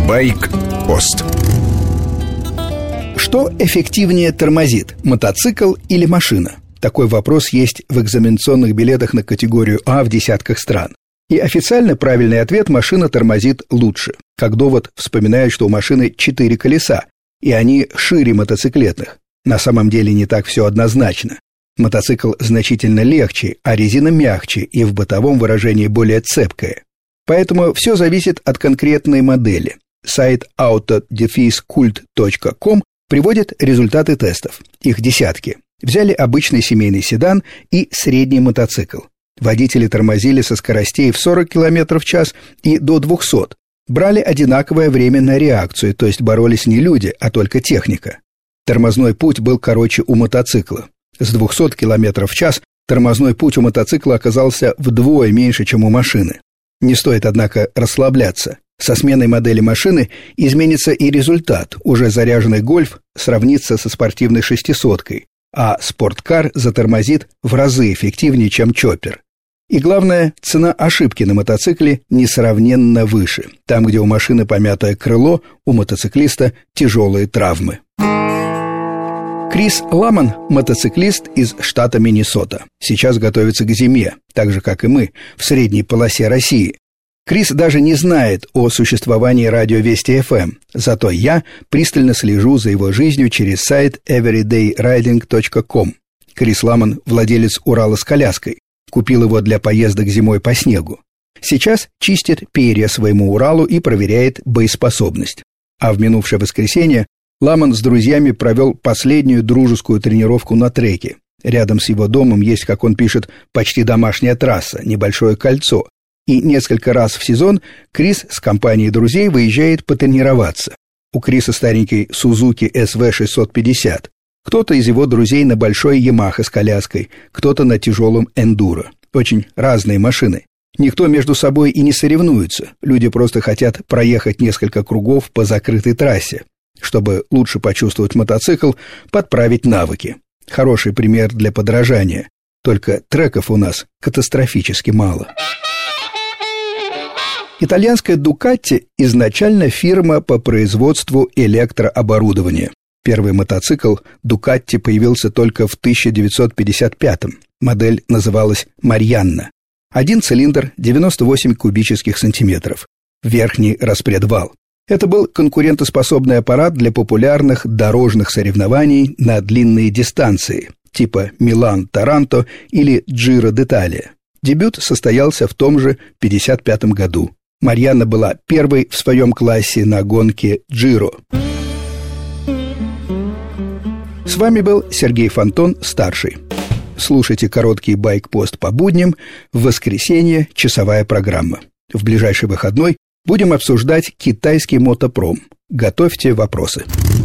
Байк-пост. Что эффективнее тормозит, мотоцикл или машина? Такой вопрос есть в экзаменационных билетах на категорию А в десятках стран. И официально правильный ответ – машина тормозит лучше. Как довод вспоминают, что у машины 4 колеса, и они шире мотоциклетных. На самом деле не так все однозначно. Мотоцикл значительно легче, а резина мягче и в бытовом выражении более цепкая. Поэтому все зависит от конкретной модели. Сайт auto-cult.com приводит результаты тестов. Их десятки. Взяли обычный семейный седан и средний мотоцикл. Водители тормозили со скоростей в 40 км в час и до 200. Брали одинаковое время на реакцию, то есть боролись не люди, а только техника. Тормозной путь был короче у мотоцикла. С 200 км в час тормозной путь у мотоцикла оказался вдвое меньше, чем у машины. Не стоит, однако, расслабляться. Со сменой модели машины изменится и результат. Уже заряженный «Гольф» сравнится со спортивной 600-кой, а спорткар затормозит в разы эффективнее, чем чоппер. И главное, цена ошибки на мотоцикле несравненно выше. Там, где у машины помятое крыло, у мотоциклиста тяжелые травмы. Крис Ламан – мотоциклист из штата Миннесота. Сейчас готовится к зиме, так же, как и мы, в средней полосе России. Крис даже не знает о существовании радио Вести ФМ, зато я пристально слежу за его жизнью через сайт everydayriding.com. Крис Ламан – владелец Урала с коляской. Купил его для поездок зимой по снегу. Сейчас чистит перья своему Уралу и проверяет боеспособность. А в минувшее воскресенье Ламан с друзьями провел последнюю дружескую тренировку на треке. Рядом с его домом есть, как он пишет, почти домашняя трасса, небольшое кольцо. И несколько раз в сезон Крис с компанией друзей выезжает потренироваться. У Криса старенький Suzuki SV650. Кто-то из его друзей на большой Yamaha с коляской, кто-то на тяжелом Enduro. Очень разные машины. Никто между собой и не соревнуется. Люди просто хотят проехать несколько кругов по закрытой трассе. Чтобы лучше почувствовать мотоцикл, подправить навыки. Хороший пример для подражания. Только треков у нас катастрофически мало. Итальянская Ducati изначально фирма по производству электрооборудования. Первый мотоцикл Ducati появился только в 1955-м. Модель называлась Марьянна. Один цилиндр, 98 кубических сантиметров. Верхний распредвал. Это был конкурентоспособный аппарат для популярных дорожных соревнований на длинные дистанции, типа Милан-Таранто или Джиро-д'Италия. Дебют состоялся в том же 1955 году. Марьянна была первой в своем классе на гонке Джиро. С вами был Сергей Фонтон, старший. Слушайте короткий байк-пост по будням, в воскресенье часовая программа. В ближайший выходной будем обсуждать китайский мотопром. Готовьте вопросы.